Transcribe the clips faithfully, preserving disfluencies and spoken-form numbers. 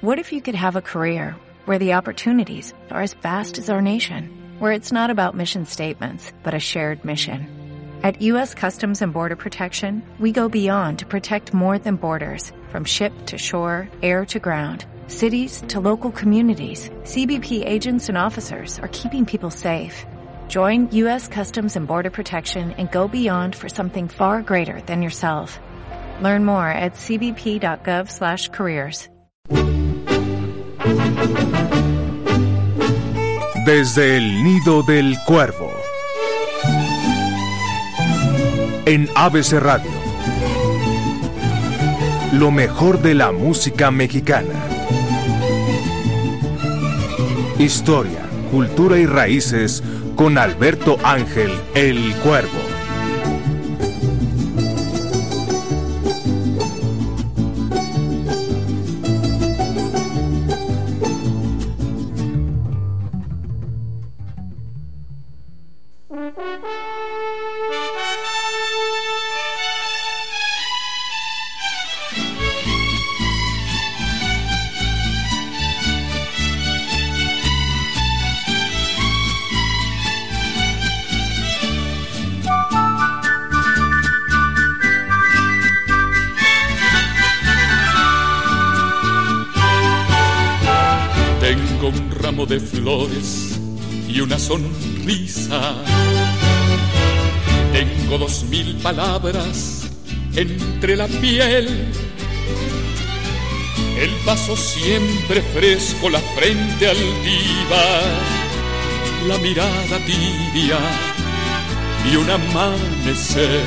What if you could have a career where the opportunities are as vast as our nation, where it's not about mission statements, but a shared mission? At U S Customs and Border Protection, we go beyond to protect more than borders, from ship to shore, air to ground, cities to local communities. C B P agents and officers are keeping people safe. Join U S Customs and Border Protection and go beyond for something far greater than yourself. Learn more at c b p dot gov slash careers. Desde el Nido del Cuervo, en A B C Radio, lo mejor de la música mexicana. Historia, cultura y raíces con Alberto Ángel, el Cuervo. De flores y una sonrisa. Tengo dos mil palabras entre la piel, el paso siempre fresco, la frente altiva, la mirada tibia y un amanecer.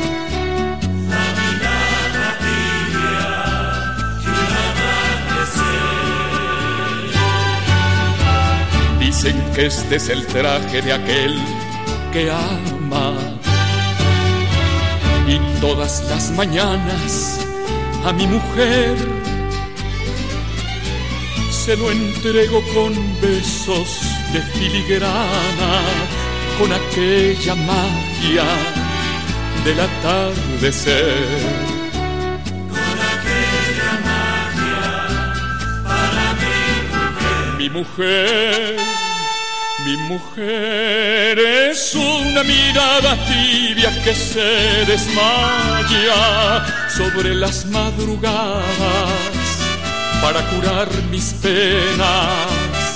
Dicen que este es el traje de aquel que ama, y todas las mañanas a mi mujer se lo entrego con besos de filigrana, con aquella magia del atardecer. Mi mujer, mi mujer es una mirada tibia que se desmaya sobre las madrugadas para curar mis penas.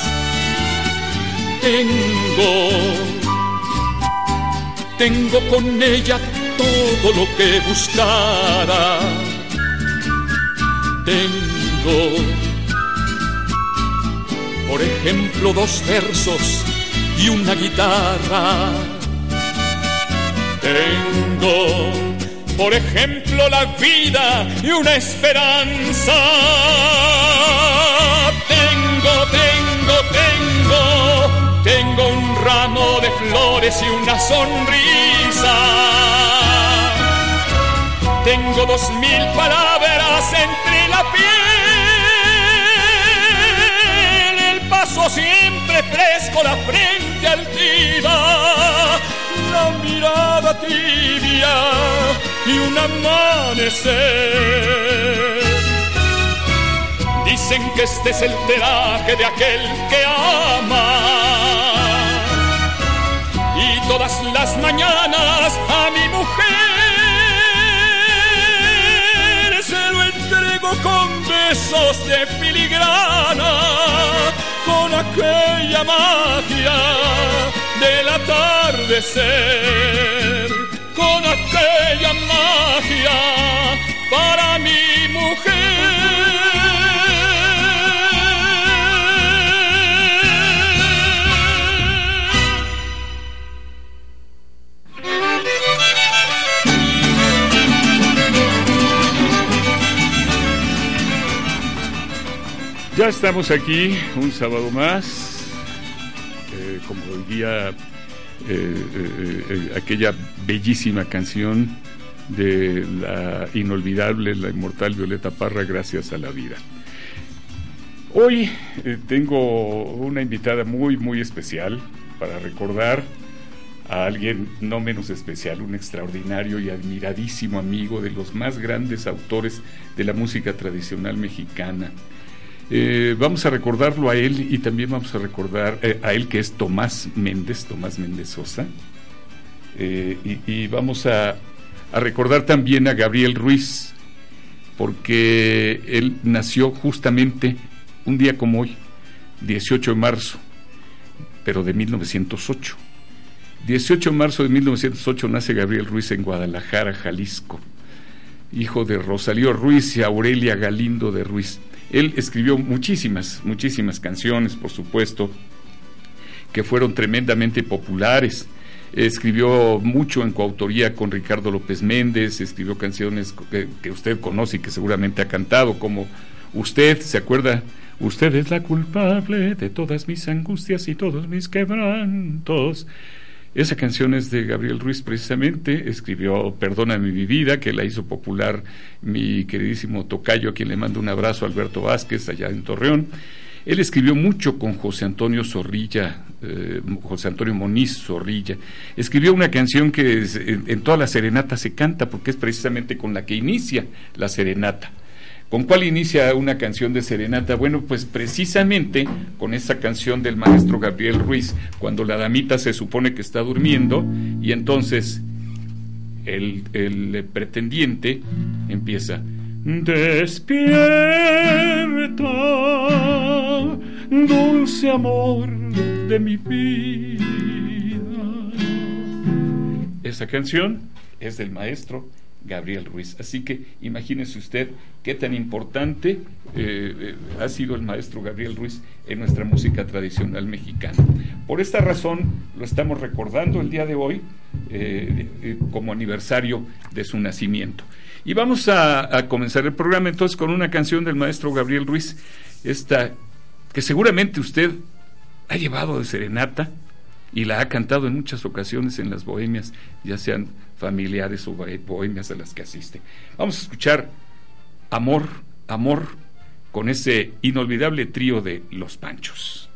Tengo, tengo con ella todo lo que buscara. Tengo, por ejemplo, dos versos y una guitarra. Tengo, por ejemplo, la vida y una esperanza. Tengo, tengo, tengo, tengo un ramo de flores y una sonrisa. Tengo dos mil palabras entre la piel, siempre fresco, la frente altiva, la mirada tibia y un amanecer. Dicen que este es el traje de aquel que ama, y todas las mañanas a mi mujer se lo entrego con besos de filigrana, con aquella magia del atardecer, con aquella magia para mi mujer. Ya estamos aquí un sábado más, eh, como diría eh, eh, eh, aquella bellísima canción de la inolvidable, la inmortal Violeta Parra, Gracias a la vida. Hoy eh, tengo una invitada muy muy especial para recordar a alguien no menos especial, un extraordinario y admiradísimo amigo de los más grandes autores de la música tradicional mexicana. Eh, vamos a recordarlo a él y también vamos a recordar eh, a él, que es Tomás Méndez, Tomás Méndez Sosa. Eh, y, y vamos a, a recordar también a Gabriel Ruiz, porque él nació justamente un día como hoy, dieciocho de marzo, pero de mil novecientos ocho. dieciocho de marzo de mil novecientos ocho nace Gabriel Ruiz en Guadalajara, Jalisco, hijo de Rosalío Ruiz y Aurelia Galindo de Ruiz. Él escribió muchísimas, muchísimas canciones, por supuesto, que fueron tremendamente populares. Escribió mucho en coautoría con Ricardo López Méndez, escribió canciones que, que usted conoce y que seguramente ha cantado, como Usted, ¿se acuerda? Usted es la culpable de todas mis angustias y todos mis quebrantos. Esa canción es de Gabriel Ruiz, precisamente. Escribió Perdóname mi vida, que la hizo popular mi queridísimo tocayo, a quien le mando un abrazo, Alberto Vázquez, allá en Torreón. Él escribió mucho con José Antonio Zorrilla, eh, José Antonio Moniz Zorrilla. Escribió una canción que es, en, en toda la serenata se canta, porque es precisamente con la que inicia la serenata. ¿Con cuál inicia una canción de serenata? Bueno, pues precisamente con esa canción del maestro Gabriel Ruiz, cuando la damita se supone que está durmiendo, y entonces el, el pretendiente empieza: despierta, dulce amor de mi vida. Esa canción es del maestro Gabriel Ruiz. Así que imagínese usted qué tan importante eh, eh, ha sido el maestro Gabriel Ruiz en nuestra música tradicional mexicana. Por esta razón lo estamos recordando el día de hoy eh, eh, como aniversario de su nacimiento. Y vamos a, a comenzar el programa entonces con una canción del maestro Gabriel Ruiz, esta que seguramente usted ha llevado de serenata y la ha cantado en muchas ocasiones en las bohemias, ya sean familiares o bohemias a las que asiste. Vamos a escuchar Amor, Amor, con ese inolvidable trío de Los Panchos.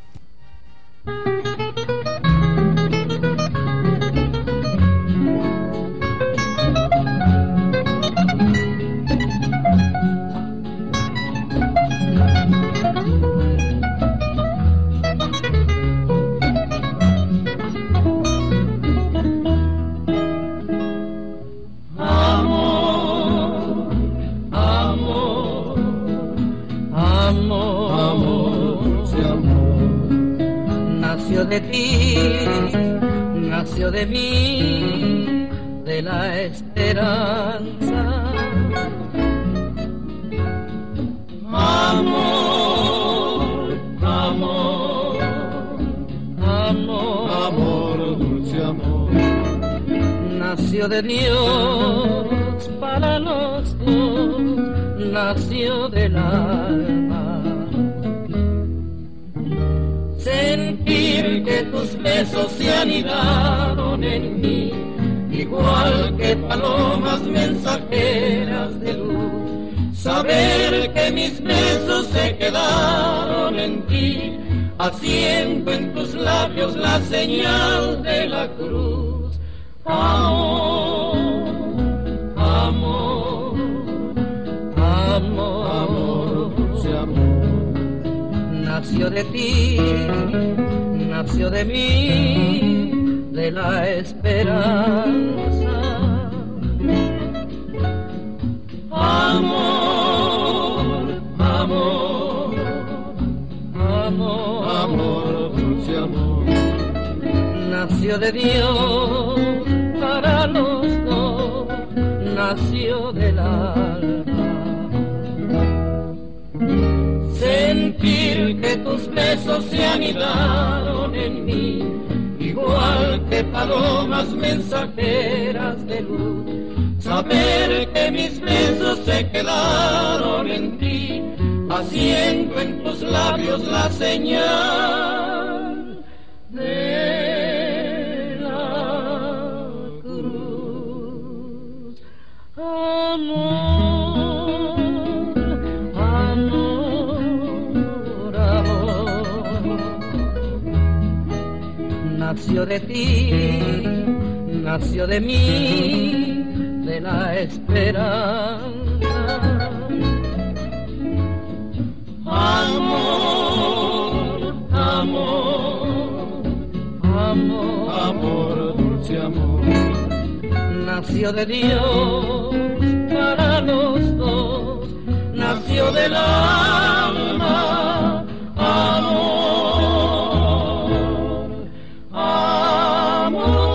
De ti, nació de mí, de la esperanza. Amor, amor, amor, amor, dulce amor. Nació de Dios para los dos, nació del alma. Sentir que tus besos se anidaron en mí, igual que palomas mensajeras de luz. Saber que mis besos se quedaron en ti, haciendo en tus labios la señal de la cruz. Amor, amor, amor, amor, dulce amor. Nació de ti, nació de mí, de la esperanza. Amor, amor, amor, amor, dulce amor. Nació de Dios para los dos, nació del alma. Sentir que tus besos se anidaron en mí, igual que palomas mensajeras de luz. Saber que mis besos se quedaron en ti, haciendo en tus labios la señal de la cruz. Amor, nació de ti, nació de mí, de la esperanza. amor, amor, amor, dulce amor, nació de Dios para los dos, nació del alma, amor, amor.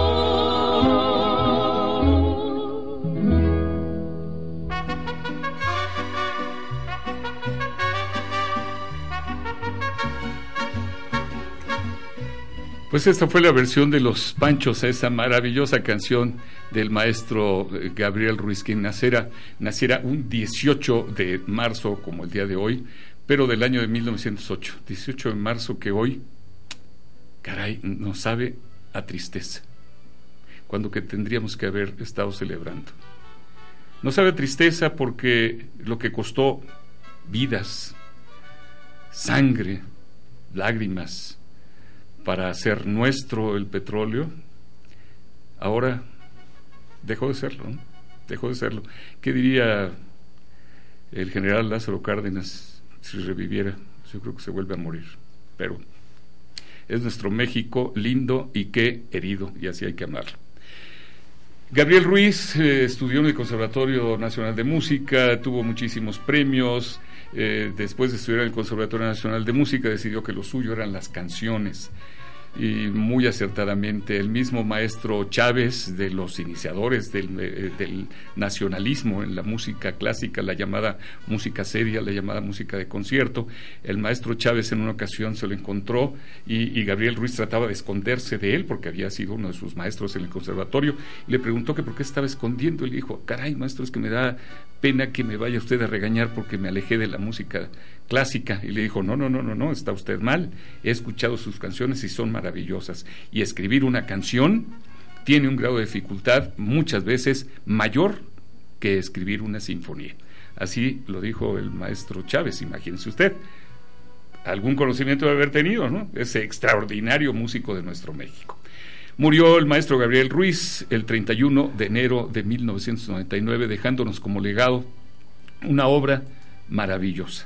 Pues esta fue la versión de Los Panchos a esa maravillosa canción del maestro Gabriel Ruiz, quien naciera, naciera un dieciocho de marzo, como el día de hoy, pero del año de mil novecientos ocho. dieciocho de marzo que hoy, caray, nos sabe a tristeza, cuando que tendríamos que haber estado celebrando. Nos sabe a tristeza porque lo que costó vidas, sangre, lágrimas, para hacer nuestro el petróleo, ahora dejó de serlo, ¿no? Dejó de serlo. ¿Qué diría el general Lázaro Cárdenas si reviviera? Yo creo que se vuelve a morir, pero es nuestro México lindo y qué herido, y así hay que amarlo. Gabriel Ruiz eh, estudió en el Conservatorio Nacional de Música, tuvo muchísimos premios. Eh, después de estudiar en el Conservatorio Nacional de Música, decidió que lo suyo eran las canciones, y muy acertadamente el mismo maestro Chávez, de los iniciadores del, eh, del nacionalismo en la música clásica, la llamada música seria, la llamada música de concierto, el maestro Chávez en una ocasión se lo encontró y, y Gabriel Ruiz trataba de esconderse de él porque había sido uno de sus maestros en el conservatorio, y le preguntó que por qué estaba escondiendo, y le dijo: caray, maestro, es que me da pena que me vaya usted a regañar porque me alejé de la música clásica. Y le dijo: no, no, no, no, no, está usted mal, he escuchado sus canciones y son maravillosas, y escribir una canción tiene un grado de dificultad muchas veces mayor que escribir una sinfonía. Así lo dijo el maestro Chávez, imagínese usted, algún conocimiento de haber tenido, ¿no? Ese extraordinario músico de nuestro México. Murió el maestro Gabriel Ruiz el treinta y uno de enero de mil novecientos noventa y nueve, dejándonos como legado una obra maravillosa.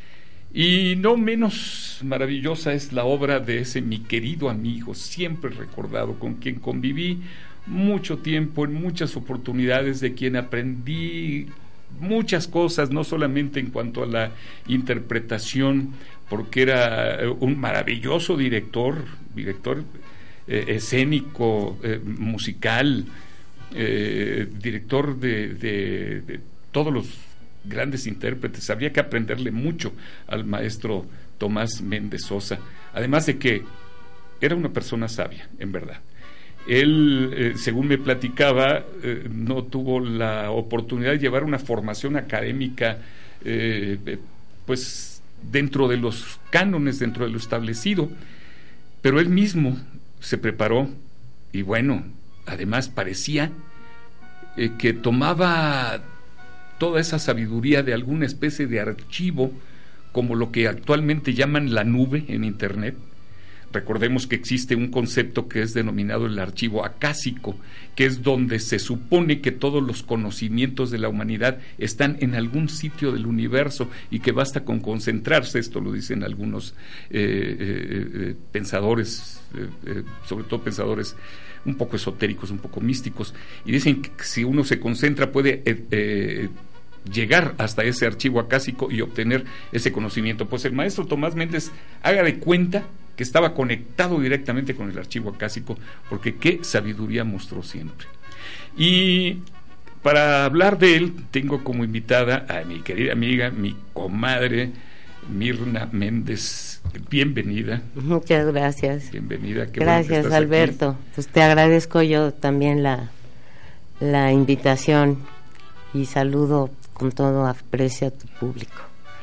Y no menos maravillosa es la obra de ese mi querido amigo, siempre recordado, con quien conviví mucho tiempo, en muchas oportunidades, de quien aprendí muchas cosas, no solamente en cuanto a la interpretación, porque era un maravilloso director, director eh, escénico, eh, musical, eh, director de, de, de todos los grandes intérpretes. Habría que aprenderle mucho al maestro Tomás Méndez Sosa, además de que era una persona sabia, en verdad. Él, eh, según me platicaba, eh, no tuvo la oportunidad de llevar una formación académica eh, eh, pues dentro de los cánones, dentro de lo establecido, pero él mismo se preparó, y bueno, además parecía eh, que tomaba toda esa sabiduría de alguna especie de archivo, como lo que actualmente llaman la nube en Internet. Recordemos que existe un concepto que es denominado el archivo acásico, que es donde se supone que todos los conocimientos de la humanidad están en algún sitio del universo y que basta con concentrarse. Esto lo dicen algunos eh, eh, eh, pensadores, eh, eh, sobre todo pensadores un poco esotéricos, un poco místicos, y dicen que si uno se concentra puede eh, eh, llegar hasta ese archivo acásico y obtener ese conocimiento. Pues el maestro Tomás Méndez, haga de cuenta que estaba conectado directamente con el archivo acásico, porque qué sabiduría mostró siempre. Y para hablar de él, tengo como invitada a mi querida amiga, mi comadre, Mirna Méndez. Bienvenida. Muchas gracias. Bienvenida. Qué gracias, bueno que estás Alberto. Aquí. Pues te agradezco yo también la, la invitación y saludo con todo aprecio a tu público.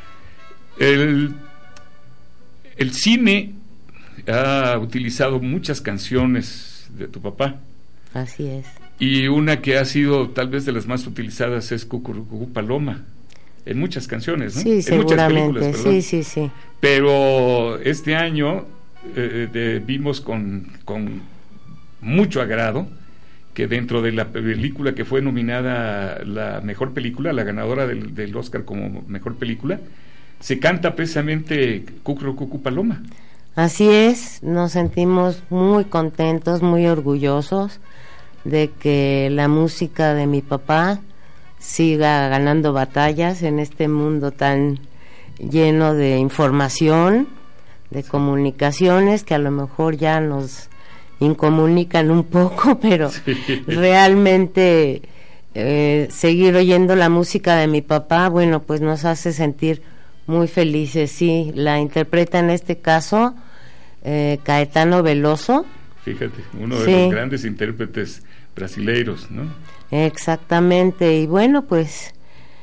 El, el cine ha utilizado muchas canciones de tu papá. Así es. Y una que ha sido tal vez de las más utilizadas es Cucurucucú Paloma, en muchas canciones, ¿no? Sí, en seguramente, muchas películas, perdón. sí, sí, sí. Pero este año eh, de, vimos con, con mucho agrado que dentro de la película que fue nominada la mejor película, la ganadora del, del Oscar como mejor película, se canta precisamente Cucurucucú Paloma. Así es, nos sentimos muy contentos, muy orgullosos de que la música de mi papá siga ganando batallas en este mundo tan lleno de información, de comunicaciones que a lo mejor ya nos incomunican un poco, pero sí. realmente eh, seguir oyendo la música de mi papá, bueno, pues nos hace sentir muy felices. Sí, la interpreta en este caso eh, Caetano Veloso. Fíjate, uno de sí. los grandes intérpretes brasileiros, ¿no? Exactamente, y bueno, pues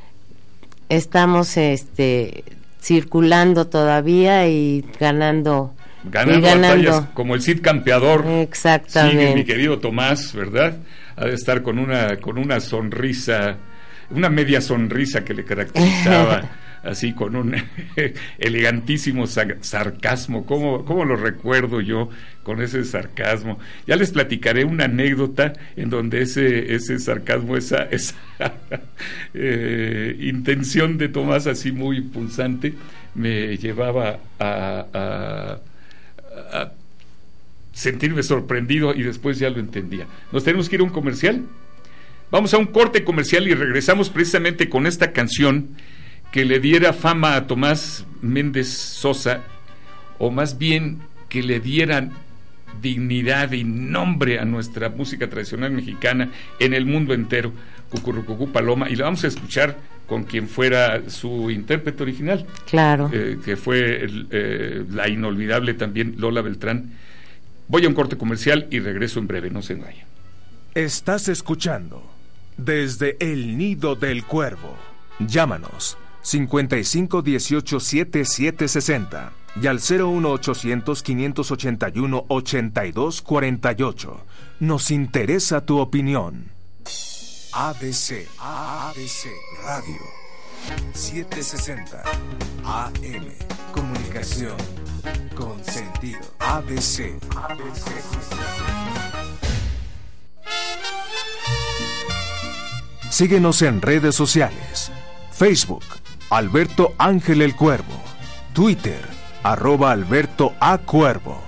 estamos este circulando todavía y ganando ganando, y ganando. batallas como el Cid Campeador. Exactamente. Sigue mi querido Tomás, ¿verdad? Ha de estar con una con una sonrisa, una media sonrisa que le caracterizaba. Así con un elegantísimo sarcasmo. ¿Cómo, cómo lo recuerdo yo con ese sarcasmo? Ya les platicaré una anécdota en donde ese ese sarcasmo, esa, esa eh, intención de Tomás así muy pulsante me llevaba a, a, a sentirme sorprendido y después ya lo entendía. ¿Nos tenemos que ir a un comercial? Vamos a un corte comercial y regresamos precisamente con esta canción que le diera fama a Tomás Méndez Sosa, o más bien que le dieran dignidad y nombre a nuestra música tradicional mexicana en el mundo entero, Cucurrucucú Paloma, y la vamos a escuchar con quien fuera su intérprete original. Claro. Eh, que fue el, eh, la inolvidable también Lola Beltrán. Voy a un corte comercial y regreso en breve, no se vayan. Estás escuchando Desde el Nido del Cuervo. Llámanos cincuenta y cinco dieciocho setenta y siete sesenta y al cero uno ochocientos quinientos ochenta y uno ochenta y dos cuarenta y ocho. Nos interesa tu opinión. A B C, A B C Radio setecientos sesenta A M. Comunicación con sentido. A B C. A B C. Síguenos en redes sociales. Facebook, Alberto Ángel el Cuervo. Twitter, arroba Alberto A Cuervo.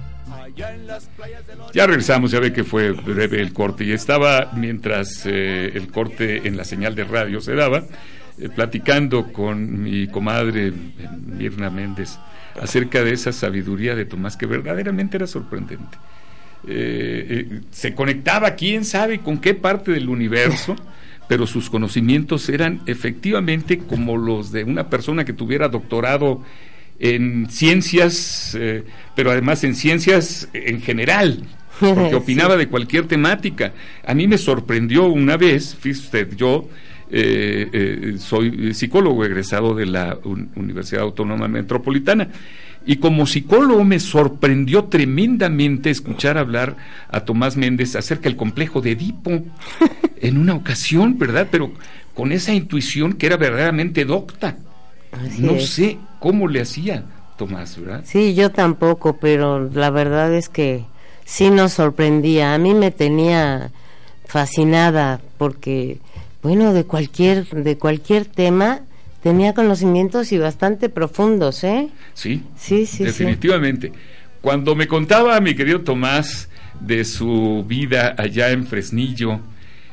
Ya regresamos, ya ve que fue breve el corte y estaba, mientras eh, el corte en la señal de radio se daba, eh, platicando con mi comadre eh, Mirna Méndez acerca de esa sabiduría de Tomás que verdaderamente era sorprendente. Eh, eh, se conectaba quién sabe con qué parte del universo, pero sus conocimientos eran efectivamente como los de una persona que tuviera doctorado en ciencias, eh, pero además en ciencias en general, porque opinaba sí. de cualquier temática. A mí me sorprendió una vez, fíjate usted, yo eh, eh, soy psicólogo egresado de la Un- Universidad Autónoma Metropolitana, y como psicólogo me sorprendió tremendamente escuchar hablar a Tomás Méndez acerca del complejo de Edipo en una ocasión, ¿verdad? Pero con esa intuición que era verdaderamente docta. Así no es. Sé cómo le hacía Tomás, ¿verdad? Sí, yo tampoco, pero la verdad es que sí nos sorprendía. A mí me tenía fascinada porque, bueno, de cualquier de cualquier tema tenía conocimientos y bastante profundos, ¿eh? Sí, sí, sí, definitivamente. Sí. Cuando me contaba mi querido Tomás de su vida allá en Fresnillo,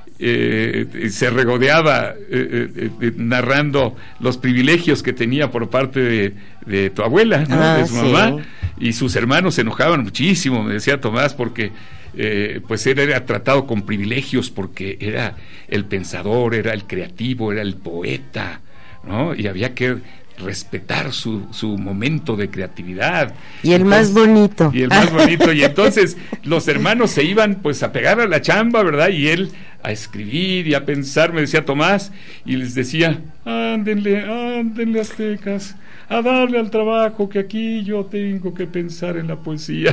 eh, se regodeaba eh, eh, narrando los privilegios que tenía por parte de, de tu abuela, ¿no? Ah, de su sí. mamá, y sus hermanos se enojaban muchísimo, me decía Tomás, porque eh, pues él era tratado con privilegios porque era el pensador, era el creativo, era el poeta, ¿no? Y había que respetar su, su momento de creatividad. Y el entonces, más bonito. Y el más bonito. Y entonces los hermanos se iban pues a pegar a la chamba, ¿verdad? Y él a escribir y a pensar, me decía Tomás, y les decía, ándenle, ándenle aztecas, a darle al trabajo, que aquí yo tengo que pensar en la poesía.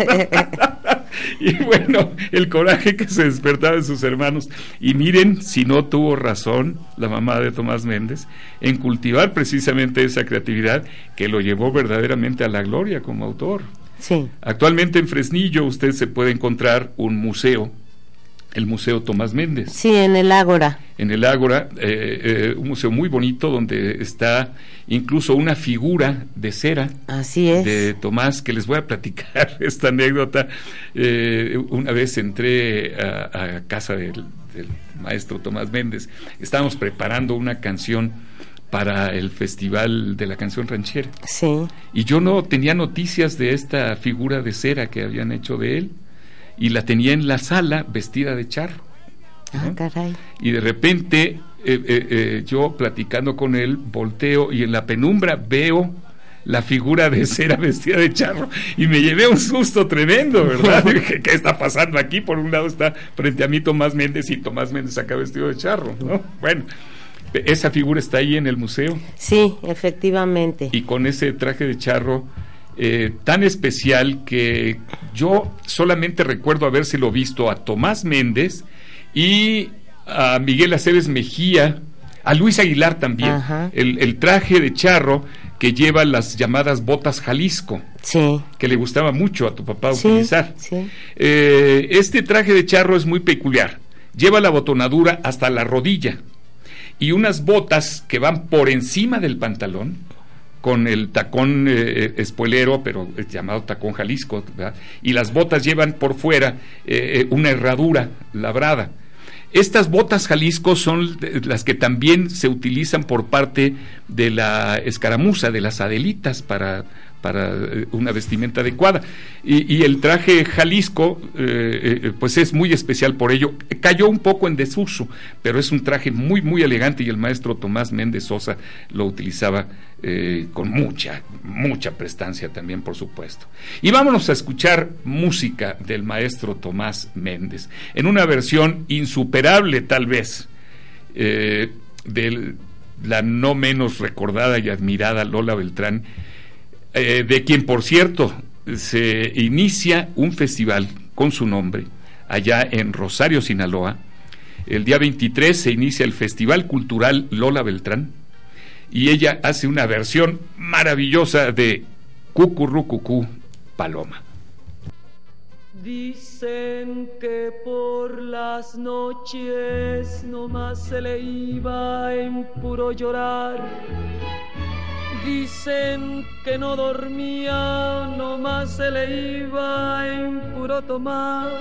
Y bueno, el coraje que se despertaba en sus hermanos. Y miren si no tuvo razón la mamá de Tomás Méndez en cultivar precisamente esa creatividad que lo llevó verdaderamente a la gloria como autor. Sí. Actualmente en Fresnillo usted se puede encontrar un museo el Museo Tomás Méndez. Sí, en el Ágora. En el Ágora, eh, eh, un museo muy bonito donde está incluso una figura de cera. Así es. De Tomás, que les voy a platicar esta anécdota. Eh, una vez entré a, a casa del, del maestro Tomás Méndez, estábamos preparando una canción para el Festival de la Canción Ranchera. Sí. Y yo no tenía noticias de esta figura de cera que habían hecho de él, y la tenía en la sala vestida de charro, ¿no? Ah, caray. Y de repente eh, eh, eh, yo platicando con él volteo y en la penumbra veo la figura de cera vestida de charro y me llevé un susto tremendo, ¿verdad? Dije, ¿qué está pasando aquí? Por un lado está frente a mí Tomás Méndez y Tomás Méndez acá vestido de charro, ¿no? Bueno, esa figura está ahí en el museo. Sí, efectivamente. Y con ese traje de charro Eh, tan especial que yo solamente recuerdo habérselo visto a Tomás Méndez y a Miguel Aceves Mejía, a Luis Aguilar también, el, el traje de charro que lleva las llamadas botas Jalisco, sí, que le gustaba mucho a tu papá sí, utilizar. Sí. Eh, este traje de charro es muy peculiar, lleva la botonadura hasta la rodilla y unas botas que van por encima del pantalón, con el tacón eh, espuelero, pero es llamado tacón Jalisco, ¿verdad? Y las botas llevan por fuera eh, una herradura labrada. Estas botas Jalisco son las que también se utilizan por parte de la escaramuza, de las adelitas, para, para una vestimenta adecuada. Y, y el traje Jalisco, eh, eh, pues es muy especial por ello. Cayó un poco en desuso, pero es un traje muy, muy elegante y el maestro Tomás Méndez Sosa lo utilizaba eh, con mucha, mucha prestancia también, por supuesto. Y vámonos a escuchar música del maestro Tomás Méndez, en una versión insuperable tal vez, eh, de la no menos recordada y admirada Lola Beltrán, eh, de quien, por cierto, se inicia un festival con su nombre allá en Rosario, Sinaloa. El día veintitrés se inicia el Festival Cultural Lola Beltrán y ella hace una versión maravillosa de Cucurrucucú Paloma. Dicen que por las noches nomás se le iba en puro llorar. Dicen que no dormía, nomás se le iba en puro tomar.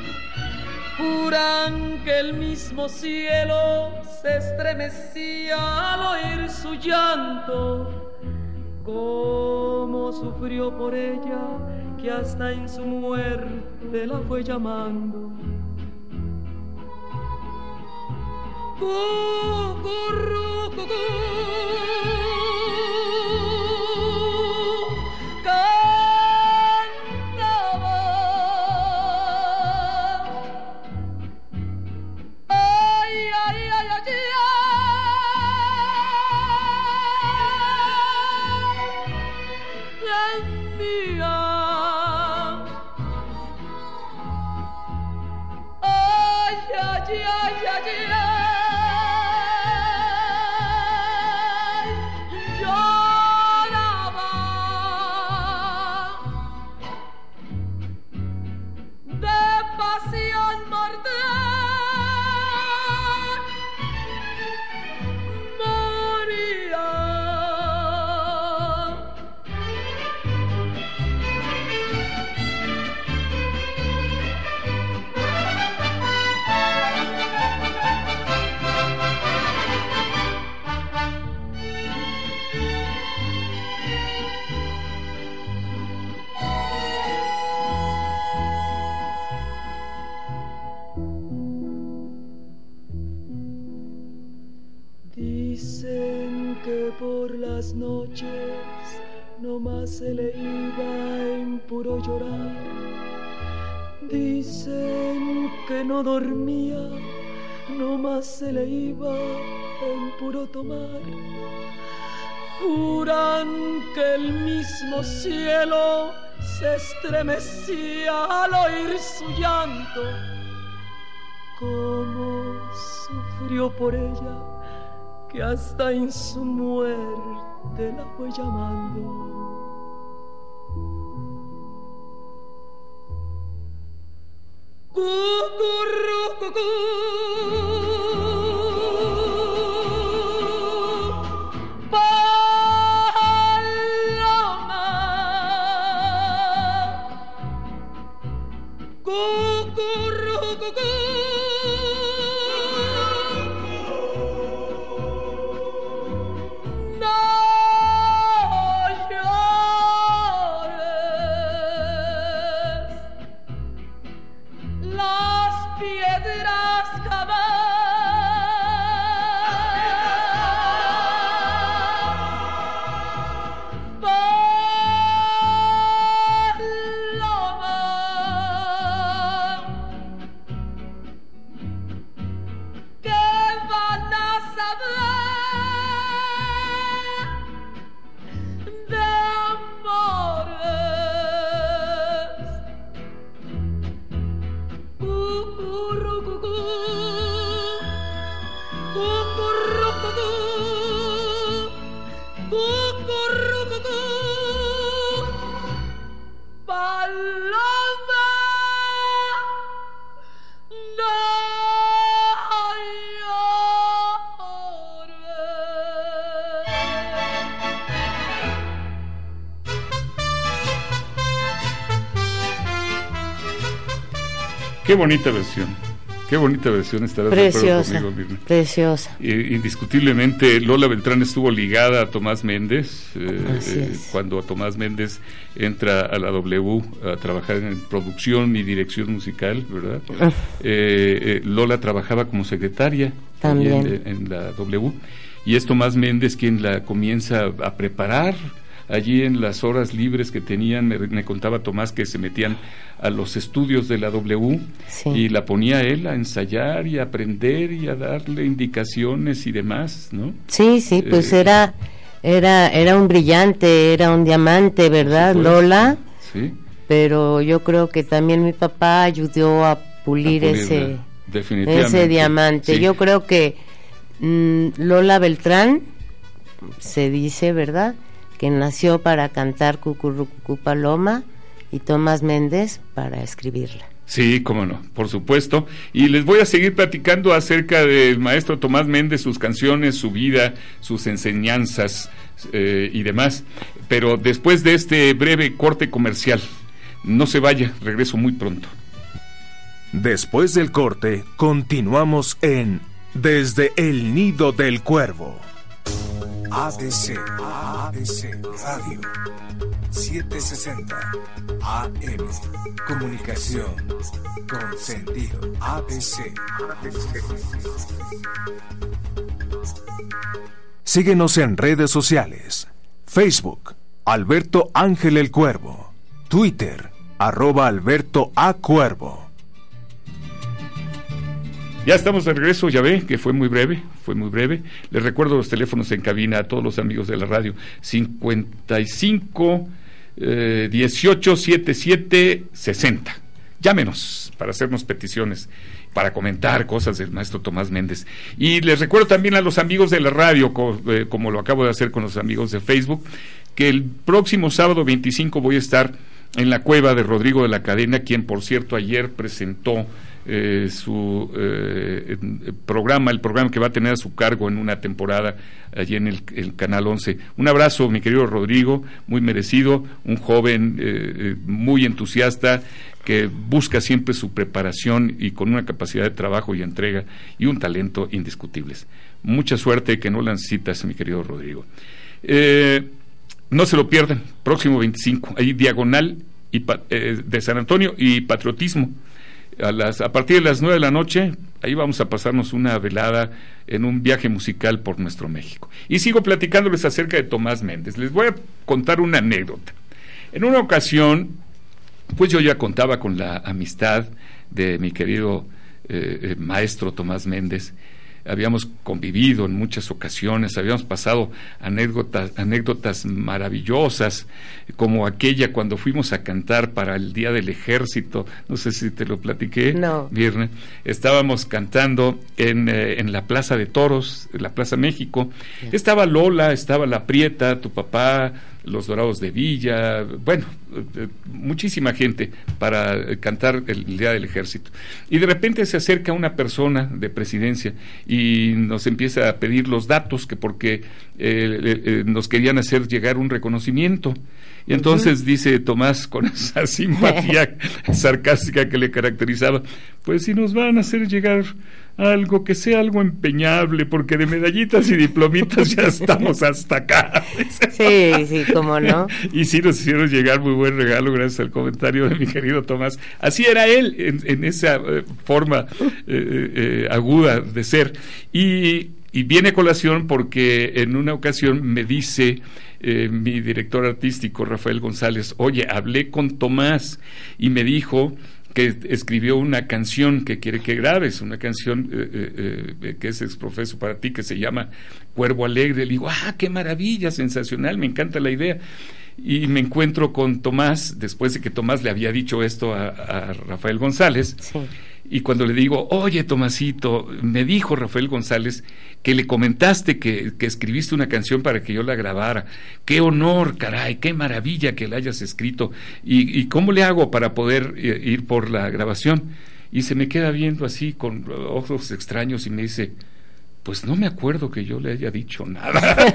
Juran que el mismo cielo se estremecía al oír su llanto. Cómo sufrió por ella, que hasta en su muerte la fue llamando. Cucurrucucú, cantaba. Ay, ay, ay, ay, ay. La mía. Ay, ay, ay, ay, ay. Lloraba de pasión mortal, moría. Dicen que por las noches nomás se le iba en puro llorar. Dicen que no dormía, nomás se le iba en puro tomar. Juran que el mismo cielo se estremecía al oír su llanto. Cómo sufrió por ella, que hasta en su muerte la fue llamando. Cucurrucucú, Qué bonita versión, qué bonita versión, estarás de acuerdo conmigo, Mirna. Preciosa. Eh, indiscutiblemente Lola Beltrán estuvo ligada a Tomás Méndez, eh, eh, cuando Tomás Méndez entra a la W a trabajar en producción y dirección musical, ¿verdad? Uh. Eh, eh, Lola trabajaba como secretaria también en, en la W, y es Tomás Méndez quien la comienza a preparar. Allí en las horas libres que tenían, me, me contaba Tomás que se metían a los estudios de la W, sí, y la ponía él a ensayar y a aprender y a darle indicaciones y demás, ¿no? Sí, sí, pues eh, era era era un brillante, era un diamante, ¿verdad, Lola? Sí. Pero yo creo que también mi papá ayudó a pulir a ese ese diamante. Sí. Yo creo que mmm, Lola Beltrán se dice, ¿verdad?, que nació para cantar Cucurrucucú Paloma, y Tomás Méndez para escribirla. Sí, cómo no, por supuesto. Y les voy a seguir platicando acerca del maestro Tomás Méndez, sus canciones, su vida, sus enseñanzas eh, y demás. Pero después de este breve corte comercial, no se vaya, regreso muy pronto. Después del corte, continuamos en Desde el Nido del Cuervo. A B C, A B C Radio, setecientos sesenta A M, comunicación con sentido. A B C. Síguenos en redes sociales: Facebook, Alberto Ángel el Cuervo; Twitter, arroba Alberto A Cuervo. Ya estamos de regreso, ya ve que fue muy breve, fue muy breve. Les recuerdo los teléfonos en cabina a todos los amigos de la radio: cincuenta y cinco, dieciocho, setenta y siete, sesenta. Llámenos para hacernos peticiones, para comentar cosas del maestro Tomás Méndez. Y les recuerdo también a los amigos de la radio, como, eh, como lo acabo de hacer con los amigos de Facebook, que el próximo sábado veinticinco voy a estar en la cueva de Rodrigo de la Cadena, quien por cierto ayer presentó Eh, su eh, programa, el programa que va a tener a su cargo en una temporada allí en el, el Canal once. Un abrazo, mi querido Rodrigo, muy merecido, un joven eh, muy entusiasta que busca siempre su preparación y con una capacidad de trabajo y entrega y un talento indiscutibles. Mucha suerte, que no la necesitas, mi querido Rodrigo. Eh, no se lo pierdan, próximo veinticinco, ahí Diagonal y, eh, de San Antonio y Patriotismo. A, las, a partir de las nueve de la noche, ahí vamos a pasarnos una velada en un viaje musical por nuestro México. Y sigo platicándoles acerca de Tomás Méndez. Les voy a contar una anécdota. En una ocasión, pues yo ya contaba con la amistad de mi querido eh, eh, maestro Tomás Méndez. Habíamos convivido en muchas ocasiones, habíamos pasado anécdotas, anécdotas maravillosas, como aquella cuando fuimos a cantar para el Día del Ejército. No sé si te lo platiqué, no. Viernes. Estábamos cantando en, eh, en la Plaza de Toros, en la Plaza México. Sí. Estaba Lola, estaba La Prieta, tu papá, los Dorados de Villa, bueno, eh, muchísima gente para cantar el Día del Ejército. Y de repente se acerca una persona de presidencia y nos empieza a pedir los datos, que porque eh, eh, nos querían hacer llegar un reconocimiento. Y entonces uh-huh. dice Tomás, con esa simpatía sarcástica que le caracterizaba, pues si nos van a hacer llegar algo que sea algo empeñable, porque de medallitas y diplomitas ya estamos hasta acá. Sí, sí, cómo no. Y sí nos hicieron llegar muy buen regalo gracias al comentario de mi querido Tomás. Así era él, en, en esa eh, forma eh, eh, aguda de ser. Y, y viene a colación porque en una ocasión me dice eh, mi director artístico, Rafael González, oye, hablé con Tomás y me dijo que escribió una canción que quiere que grabes, una canción eh, eh, eh, que es exprofeso para ti, que se llama Cuervo Alegre. Le digo, ah, qué maravilla, sensacional, me encanta la idea. Y me encuentro con Tomás, después de que Tomás le había dicho esto a, a Rafael González, sí. Y cuando le digo, oye, Tomasito, me dijo Rafael González que le comentaste que, que escribiste una canción para que yo la grabara. ¡Qué honor, caray! ¡Qué maravilla que la hayas escrito! ¿Y, y cómo le hago para poder eh, ir por la grabación? Y se me queda viendo así con ojos extraños y me dice, pues no me acuerdo que yo le haya dicho nada.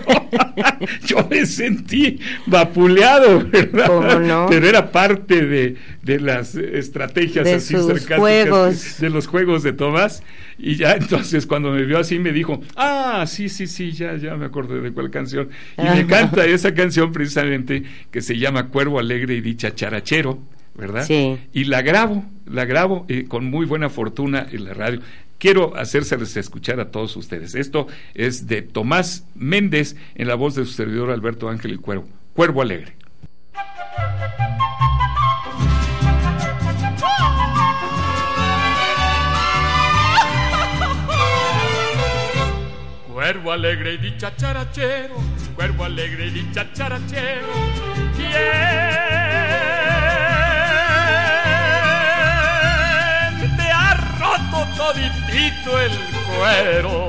Yo me sentí vapuleado, ¿verdad? ¿Cómo no? Pero era parte de, de las estrategias de así sus sarcásticas juegos. De, de los juegos de Tomás. Y ya entonces cuando me vio así me dijo, ah, sí, sí, sí, ya, ya me acordé de cuál canción. Y me encanta esa canción precisamente que se llama Cuervo Alegre y Dicha Charachero, ¿verdad? Sí. Y la grabo, la grabo eh, con muy buena fortuna en la radio. Quiero hacérseles escuchar a todos ustedes. Esto es de Tomás Méndez en la voz de su servidor Alberto Ángel el Cuervo. Cuervo Alegre. Cuervo alegre y dicharachero, cuervo alegre y dicharachero, ¿quién te ha roto toditito el cuero?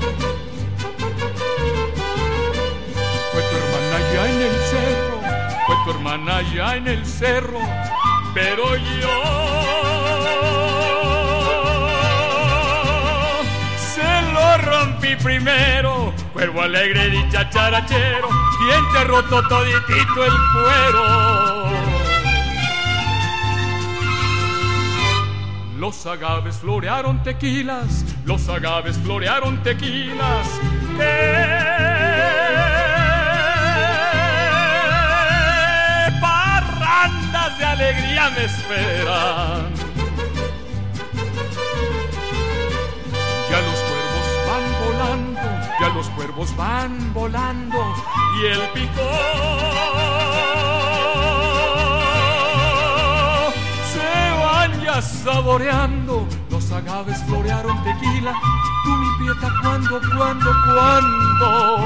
Fue tu hermana allá en el cerro, fue tu hermana allá en el cerro, pero yo lo rompí primero. Cuervo alegre, dicha charachero, ¿quién te ha roto toditito el cuero? Los agaves florearon tequilas, los agaves florearon tequilas, ¡eh! Parrandas de alegría me esperan. Ya los cuervos van volando, ya los cuervos van volando, y el pico se van ya saboreando. Los agaves florearon tequila, tú mi pieta, ¿cuándo, cuándo, cuándo?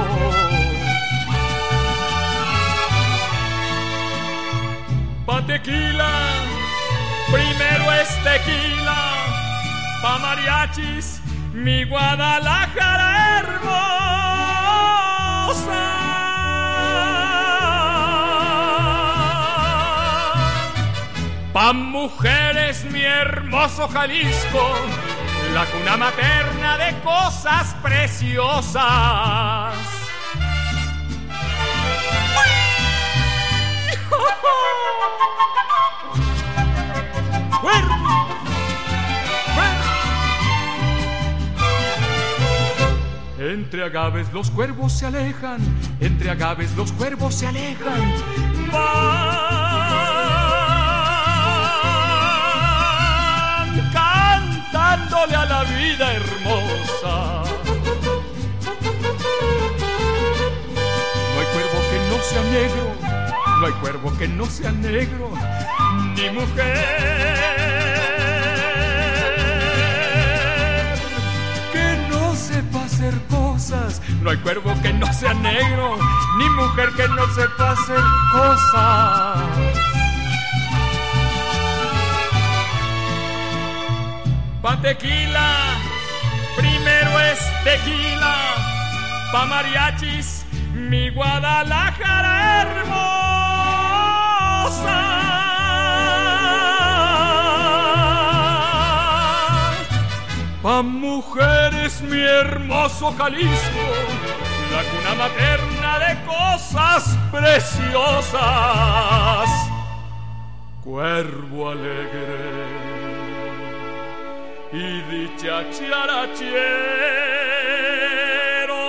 Pa' tequila, primero es tequila, pa' mariachis, mi Guadalajara hermosa. Pa' mujeres mi hermoso Jalisco, la cuna materna de cosas preciosas. Entre agaves los cuervos se alejan, entre agaves los cuervos se alejan, van cantándole a la vida hermosa. No hay cuervo que no sea negro, no hay cuervo que no sea negro, ni mujer sepa hacer cosas. No hay cuervo que no sea negro, ni mujer que no sepa hacer cosas. Pa' tequila, primero es tequila, pa' mariachis, mi Guadalajara hermosa. Pa' mujeres mi hermoso Jalisco, la cuna materna de cosas preciosas. Cuervo alegre y dicharachero.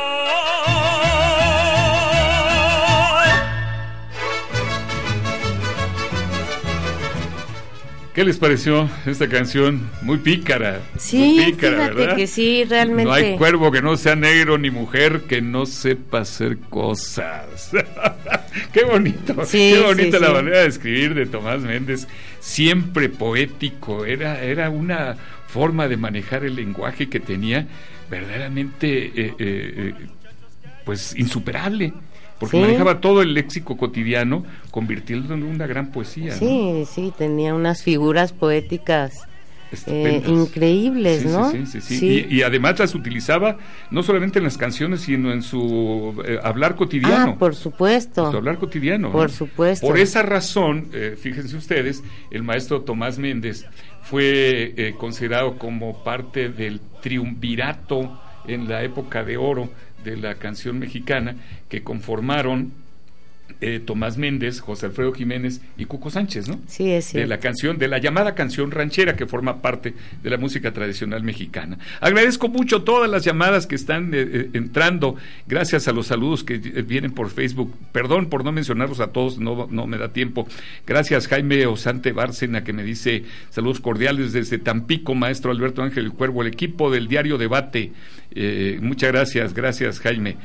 ¿Qué les pareció esta canción? Muy pícara. Sí, muy pícara, fíjate ¿verdad? que sí, realmente. No hay cuervo que no sea negro ni mujer que no sepa hacer cosas. Qué bonito, sí, qué bonita sí, la sí. manera de escribir de Tomás Méndez, siempre poético, era, era una forma de manejar el lenguaje que tenía verdaderamente eh, eh, eh, pues insuperable. Porque sí. manejaba todo el léxico cotidiano, convirtiéndolo en una gran poesía. Sí, ¿no? sí, tenía unas figuras poéticas eh, Estupendas. increíbles, Sí, ¿no? Sí, sí, sí, sí. Sí. Y, y además las utilizaba no solamente en las canciones, sino en su eh, hablar cotidiano. Ah, por supuesto. En su hablar cotidiano. Por ¿no? supuesto. Por esa razón, eh, fíjense ustedes, el maestro Tomás Méndez fue eh, considerado como parte del triunvirato en la época de oro de la canción mexicana, que conformaron eh, Tomás Méndez, José Alfredo Jiménez y Cuco Sánchez, ¿no? Sí, es cierto. De la canción, de la llamada canción ranchera, que forma parte de la música tradicional mexicana. Agradezco mucho todas las llamadas que están eh, eh, entrando, gracias a los saludos que eh, vienen por Facebook. Perdón por no mencionarlos a todos, no, no me da tiempo. Gracias Jaime Osante Bárcena, que me dice saludos cordiales desde Tampico, maestro Alberto Ángel Cuervo, el equipo del diario Debate. Eh, muchas gracias, gracias Jaime.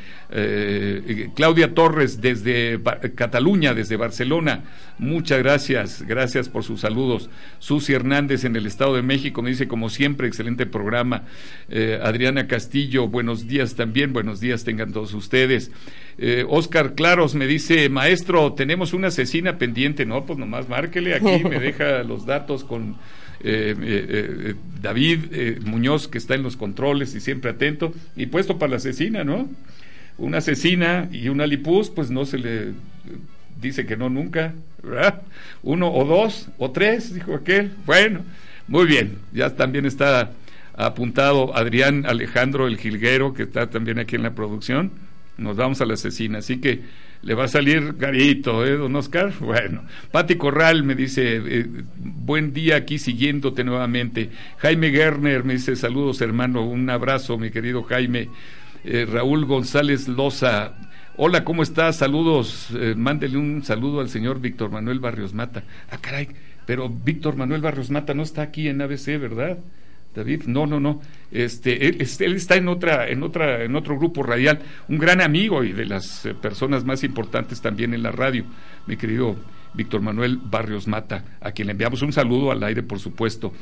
Eh, Claudia Torres desde Ba- Cataluña, desde Barcelona, muchas gracias, gracias por sus saludos. Susi Hernández en el Estado de México me dice, como siempre, excelente programa. Eh, Adriana Castillo, buenos días también, buenos días tengan todos ustedes. Eh, Oscar Claros me dice, maestro, tenemos una asesina pendiente. No, pues nomás márquele aquí, me deja los datos con Eh, eh, eh, David eh, Muñoz, que está en los controles y siempre atento y puesto para la asesina, ¿no? Una asesina y una lipuz, pues no se le dice que no nunca, ¿verdad? Uno o dos o tres, dijo aquel. Bueno, muy bien, ya también está apuntado Adrián Alejandro el Jilguero, que está también aquí en la producción. Nos vamos a la asesina, así que le va a salir garito, ¿eh, don Oscar? Bueno, Pati Corral me dice, eh, buen día aquí siguiéndote nuevamente. Jaime Gerner me dice, saludos hermano, un abrazo mi querido Jaime. eh, Raúl González Loza, hola, ¿cómo estás? Saludos, eh, mándele un saludo al señor Víctor Manuel Barrios Mata. Ah, caray, pero Víctor Manuel Barrios Mata no está aquí en A B C, ¿verdad? David, no, no, no, este, él, él está en otra, en otra, en otro grupo radial, un gran amigo y de las eh, personas más importantes también en la radio, mi querido Víctor Manuel Barrios Mata, a quien le enviamos un saludo al aire, por supuesto.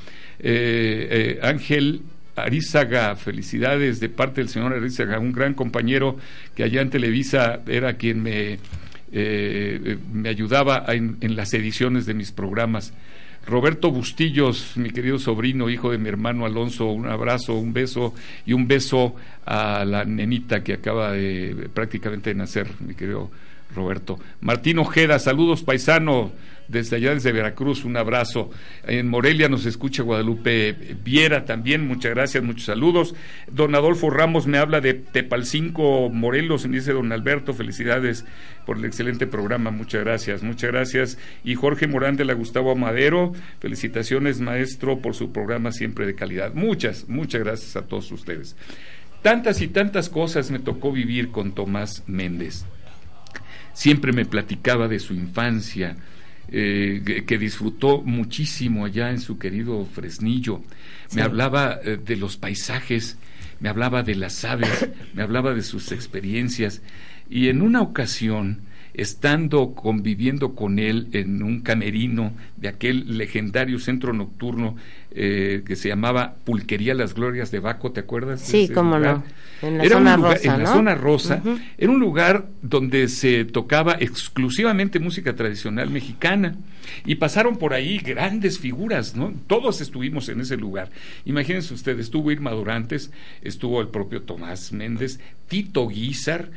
Eh, eh, Ángel Arizaga, felicidades de parte del señor Arizaga, un gran compañero que allá en Televisa era quien me, eh, me ayudaba en, en las ediciones de mis programas. Roberto Bustillos, mi querido sobrino, hijo de mi hermano Alonso, un abrazo, un beso y un beso a la nenita que acaba de prácticamente de nacer, mi querido Roberto. Martín Ojeda, saludos paisano, desde allá desde Veracruz, un abrazo. En Morelia nos escucha Guadalupe Viera también, muchas gracias, muchos saludos. Don Adolfo Ramos me habla de Tepalcinco, Morelos, me dice don Alberto, felicidades por el excelente programa, muchas gracias, muchas gracias. Y Jorge Morán de la Gustavo Amadero, felicitaciones maestro por su programa siempre de calidad. Muchas, muchas gracias a todos ustedes. Tantas y tantas cosas me tocó vivir con Tomás Méndez. Siempre me platicaba de su infancia, eh, que, que disfrutó muchísimo allá en su querido Fresnillo. Sí. Me hablaba eh, de los paisajes, me hablaba de las aves, me hablaba de sus experiencias. Y en una ocasión, estando conviviendo con él en un camerino de aquel legendario centro nocturno eh, que se llamaba Pulquería Las Glorias de Baco, ¿te acuerdas? Sí, cómo lugar? no. En la Era zona un lugar, rosa, en ¿no? la zona rosa, Uh-huh. Era un lugar donde se tocaba exclusivamente música tradicional mexicana y pasaron por ahí grandes figuras, ¿no? Todos estuvimos en ese lugar. Imagínense ustedes, estuvo Irma Durantes, estuvo el propio Tomás Méndez, Tito Guízar,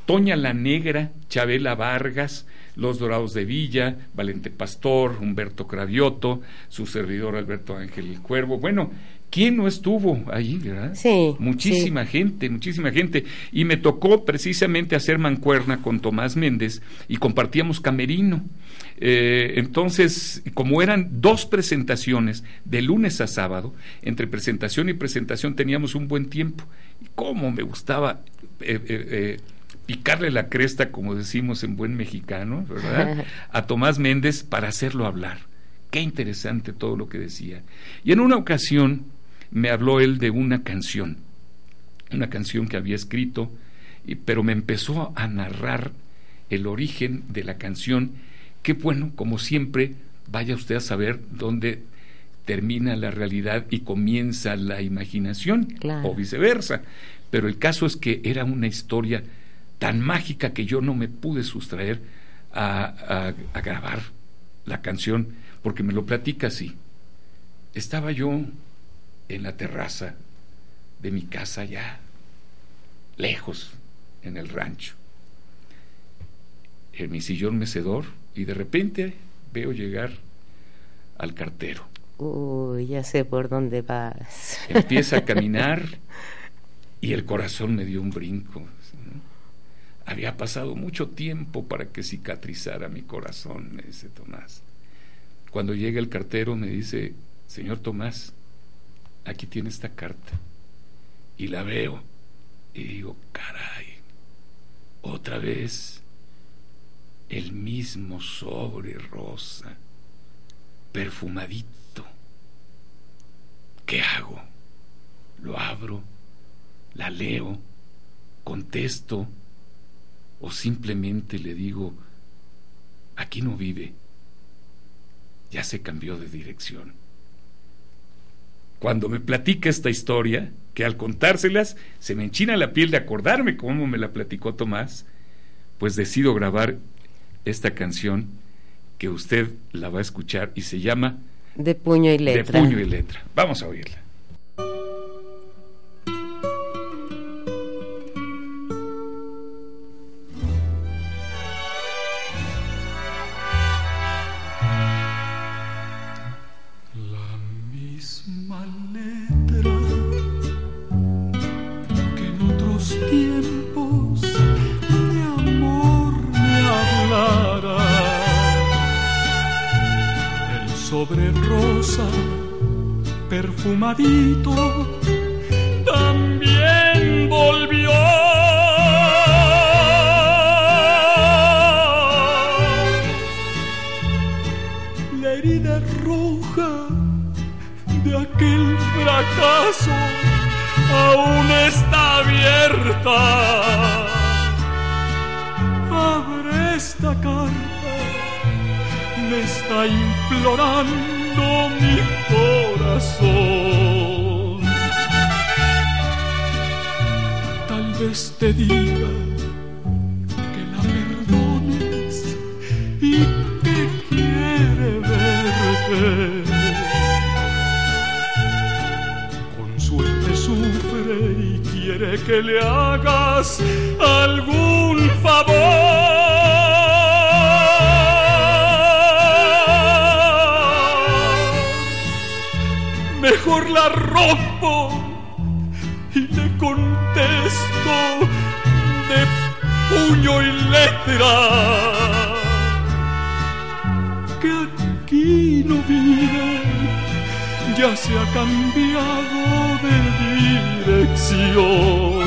Toña la Negra, Chabela Vargas, Los Dorados de Villa, Valente Pastor, Humberto Cravioto, su servidor Alberto Ángel el Cuervo. Bueno, ¿quién no estuvo ahí, verdad? Sí. Muchísima sí. gente, muchísima gente. Y me tocó precisamente hacer mancuerna con Tomás Méndez y compartíamos camerino. Eh, entonces, como eran dos presentaciones de lunes a sábado, entre presentación y presentación teníamos un buen tiempo. Y cómo me gustaba eh, eh, eh, picarle la cresta, como decimos en buen mexicano, ¿verdad?, a Tomás Méndez para hacerlo hablar. Qué interesante todo lo que decía. Y en una ocasión me habló él de una canción, una canción que había escrito, y, pero me empezó a narrar el origen de la canción, que bueno, como siempre, vaya usted a saber dónde termina la realidad y comienza la imaginación, claro, o viceversa. Pero el caso es que era una historia tan mágica que yo no me pude sustraer a, a, a grabar la canción, porque me lo platica así. Estaba yo en la terraza de mi casa, ya lejos en el rancho, en mi sillón mecedor, y de repente veo llegar al cartero. Uy, ya sé por dónde vas. Empieza a caminar y el corazón me dio un brinco, ¿no? Había pasado mucho tiempo para que cicatrizara mi corazón, me dice Tomás. Cuando llega el cartero me dice: señor Tomás, aquí tiene esta carta. Y la veo y digo: caray, otra vez el mismo sobre rosa, perfumadito. ¿Qué hago? Lo abro, la leo, contesto, o simplemente le digo: aquí no vive, ya se cambió de dirección. Cuando me platica esta historia, que al contárselas se me enchina la piel de acordarme cómo me la platicó Tomás, pues decido grabar esta canción que usted la va a escuchar y se llama De puño y letra. De puño y letra. Vamos a oírla. Sobre rosa, perfumadito, también volvió. La herida roja de aquel fracaso aún está abierta. Abre esta carta, me está implorando mi corazón. Tal vez te diga que la perdones y que quiere verte. Con suerte sufre y quiere que le hagas algún favor. Mejor la rompo y le contesto de puño y letra que aquí no vive, ya se ha cambiado de dirección.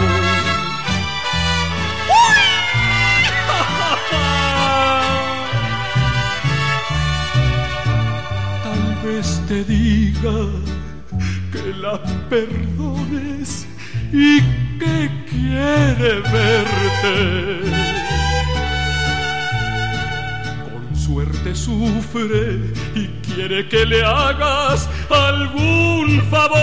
Tal vez te diga que la perdones y que quiere verte. Con suerte sufre y quiere que le hagas algún favor.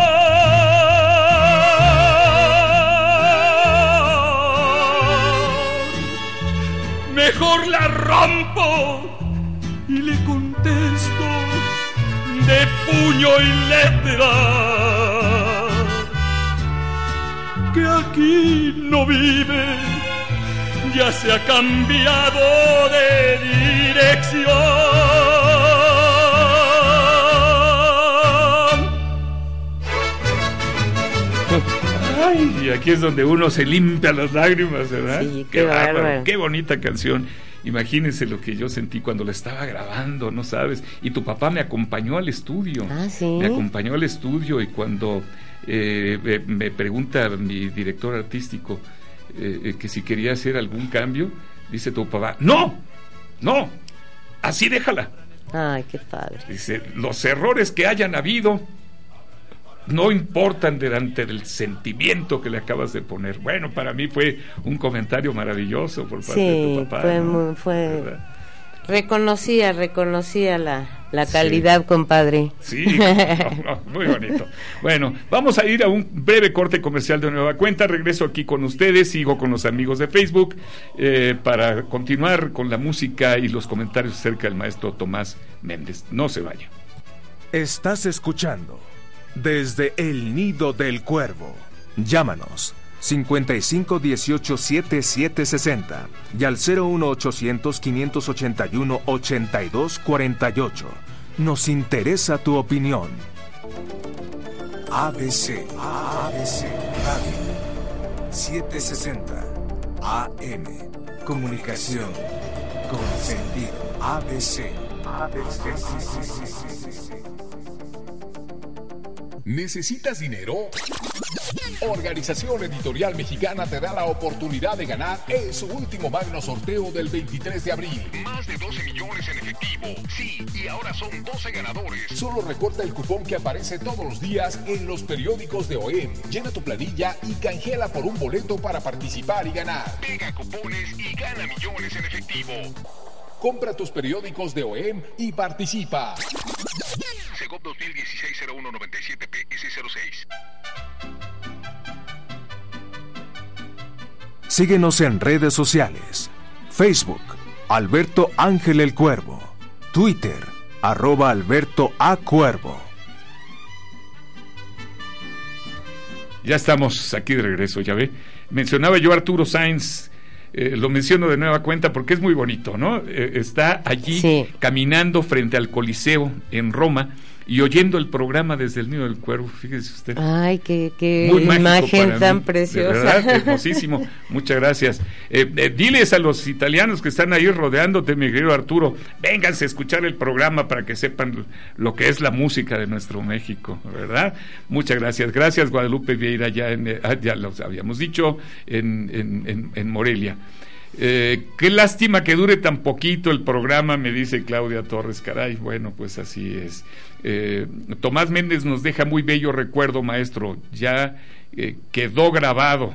Mejor la rompo y le contesto de puño y letra que aquí no vive, ya se ha cambiado de dirección. Ay, y aquí es donde uno se limpia las lágrimas, ¿verdad? Sí, qué qué bárbaro, bárbaro. qué bonita canción. Imagínense lo que yo sentí cuando la estaba grabando, ¿no sabes? Y tu papá me acompañó al estudio. Ah, ¿sí? Me acompañó al estudio y cuando eh, me, me pregunta mi director artístico eh, eh, que si quería hacer algún cambio, dice tu papá, ¡no! ¡No! Así déjala. Ay, qué padre. Dice, los errores que hayan habido no importan delante del sentimiento que le acabas de poner. Bueno, para mí fue un comentario maravilloso por parte Sí, de tu papá. fue ¿no? muy, fue... ¿verdad? Reconocía, reconocía la, la calidad, sí. Compadre. Sí, no, no, muy bonito. Bueno, vamos a ir a un breve corte comercial de nueva cuenta. Regreso aquí con ustedes, sigo con los amigos de Facebook eh, para continuar con la música y los comentarios acerca del maestro Tomás Méndez. No se vaya. Estás escuchando Desde el Nido del Cuervo. Llámanos cincuenta y cinco dieciocho setenta y siete sesenta y al cero uno ochocientos quinientos ochenta y uno ochenta y dos cuarenta y ocho. Nos interesa tu opinión. A B C, A B C Radio setecientos sesenta A M. Comunicación con sentido. A B C, A B C. ¿Necesitas dinero? Organización Editorial Mexicana te da la oportunidad de ganar en su último magno sorteo del veintitrés de abril. Más de doce millones en efectivo. Sí, y ahora son doce ganadores. Solo recorta el cupón que aparece todos los días en los periódicos de O E M. Llena tu planilla y canjeala por un boleto para participar y ganar. Pega cupones y gana millones en efectivo. Compra tus periódicos de O E M y participa. Segov dos mil dieciséis cero uno noventa y siete P S cero seis. Síguenos en redes sociales. Facebook, Alberto Ángel el Cuervo. Twitter, arroba Alberto A. Cuervo. Ya estamos aquí de regreso, ya ve. Mencionaba yo a Arturo Sáenz, eh, lo menciono de nueva cuenta porque es muy bonito, ¿no? Eh, está allí sí. caminando frente al Coliseo en Roma y oyendo el programa desde el Nido del Cuervo, fíjese usted. Ay, qué, qué Muy imagen tan mí, preciosa. De verdad, hermosísimo. Muchas gracias. Eh, eh, diles a los italianos que están ahí rodeándote, mi querido Arturo, vénganse a escuchar el programa para que sepan lo que es la música de nuestro México, ¿verdad? Muchas gracias. Gracias, Guadalupe Vieira, ya, en, ya lo habíamos dicho, en, en, en, en Morelia. Eh, qué lástima que dure tan poquito el programa, me dice Claudia Torres. Caray, bueno, pues así es. eh, Tomás Méndez nos deja muy bello recuerdo, maestro. Ya eh, quedó grabado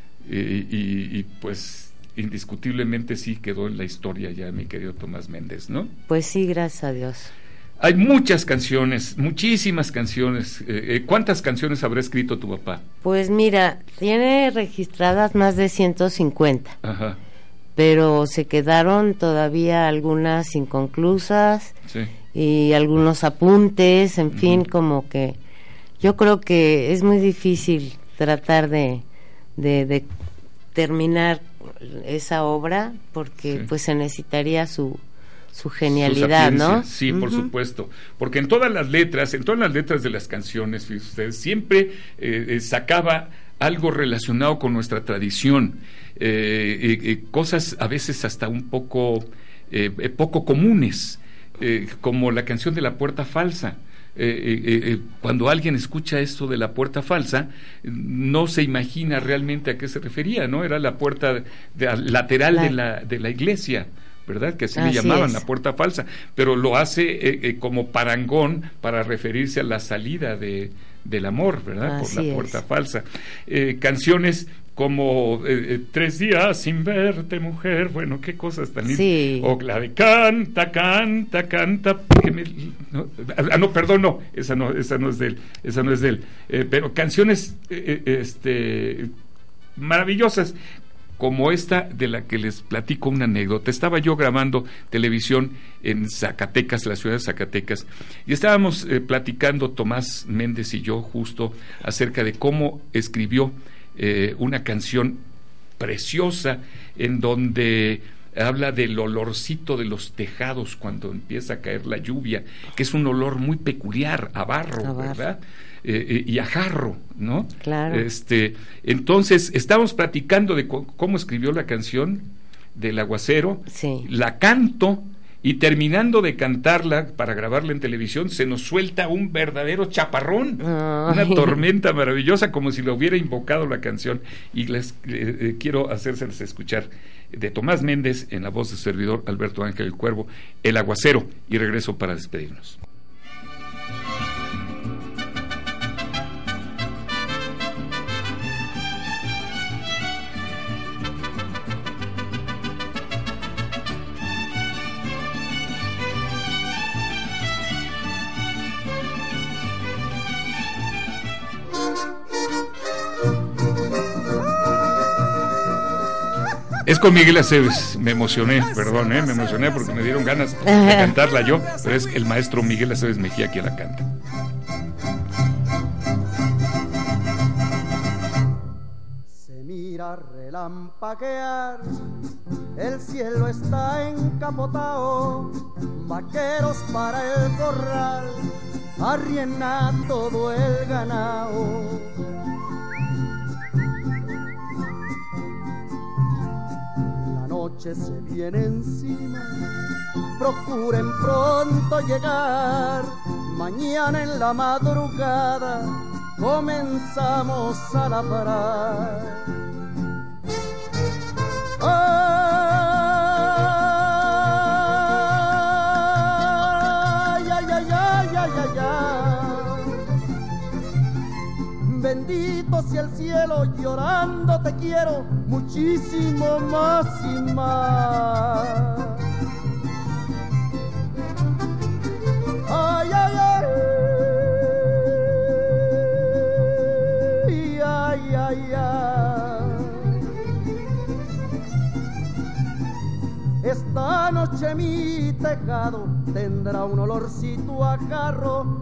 eh, y, y pues indiscutiblemente sí quedó en la historia ya, mi querido Tomás Méndez, ¿no? Pues sí, gracias a Dios. Hay muchas canciones, muchísimas canciones. eh, eh, ¿Cuántas canciones habrá escrito tu papá? Pues mira, tiene registradas más de ciento cincuenta. Ajá. Pero se quedaron todavía algunas inconclusas Sí. y algunos apuntes, en Uh-huh. fin, como que yo creo que es muy difícil tratar de, de, de terminar esa obra porque Sí. pues se necesitaría su su genialidad, Su sapiencia, ¿no? Sí, Uh-huh. por supuesto, porque en todas las letras, en todas las letras de las canciones, fíjense ustedes, siempre eh, eh, sacaba algo relacionado con nuestra tradición, eh, eh, eh, cosas a veces hasta un poco eh, eh, poco comunes, eh, como la canción de La Puerta Falsa. Eh, eh, eh, cuando alguien escucha esto de la puerta falsa, no se imagina realmente a qué se refería, ¿no? Era la puerta de, de, lateral la... de la de la iglesia, ¿verdad? Que así, así le llamaban, es. La puerta falsa, pero lo hace eh, eh, como parangón para referirse a la salida de, del amor, ¿verdad? Así por la puerta es. falsa. Eh, canciones como eh, Tres días sin verte, mujer, bueno, qué cosas tan lindas. Sí. O la de canta, canta, canta. Que me, no, ah, no, perdón, no, esa no, esa no es de él, esa no es de él. Eh, pero canciones eh, eh, este, maravillosas, como esta de la que les platico una anécdota. Estaba yo grabando televisión en Zacatecas, la ciudad de Zacatecas, y estábamos eh, platicando Tomás Méndez y yo justo acerca de cómo escribió eh, una canción preciosa en donde habla del olorcito de los tejados cuando empieza a caer la lluvia, que es un olor muy peculiar a barro, a barro. ¿verdad? Eh, eh, y a jarro, ¿no? Claro. Este, entonces, estábamos platicando de co- cómo escribió la canción del aguacero, sí. La canto, y terminando de cantarla para grabarla en televisión, se nos suelta un verdadero chaparrón, Ay. una tormenta maravillosa, como si lo hubiera invocado la canción, y les eh, eh, quiero hacérseles escuchar de Tomás Méndez, en la voz de su servidor Alberto Ángel el Cuervo, El aguacero, y regreso para despedirnos. Es con Miguel Aceves, me emocioné, perdón, ¿eh? me emocioné porque me dieron ganas de cantarla yo, pero es el maestro Miguel Aceves Mejía quien la canta. Se mira relampaguear, el cielo está encapotado, vaqueros para el corral, arriena todo el ganado. Noche se viene encima, procuren pronto llegar, mañana en la madrugada comenzamos a labrar. Ay, ay, ay, ay, ay, ay, ay. Bendito sea el cielo, llorando te quiero muchísimo más y más. Ay, ay, ay, ay, ay, ay. Esta noche mi tejado tendrá un olorcito a jarro.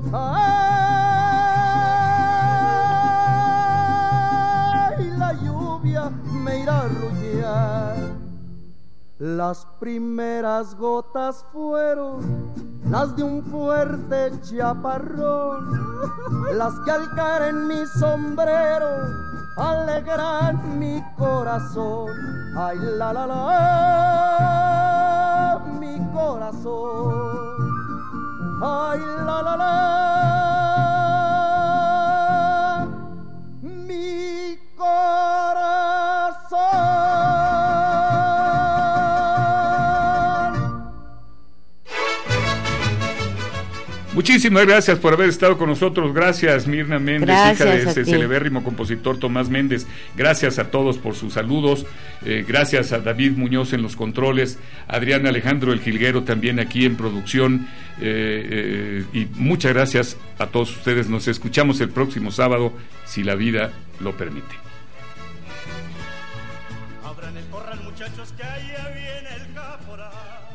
Ay, la lluvia me irá a arrullar. Las primeras gotas fueron las de un fuerte chaparrón, las que al caer en mi sombrero alegran mi corazón. Ay, la, la, la, mi corazón. Ay, la, la, la, mi corazón. Muchísimas gracias por haber estado con nosotros. Gracias, Mirna Méndez, Gracias hija de a ese ti. celebérrimo compositor Tomás Méndez. Gracias a todos por sus saludos. Eh, gracias a David Muñoz en los controles, Adrián Alejandro el Jilguero también aquí en producción. Eh, eh, y muchas gracias a todos ustedes. Nos escuchamos el próximo sábado, si la vida lo permite. Abran el corral, muchachos, que allá viene el caporal.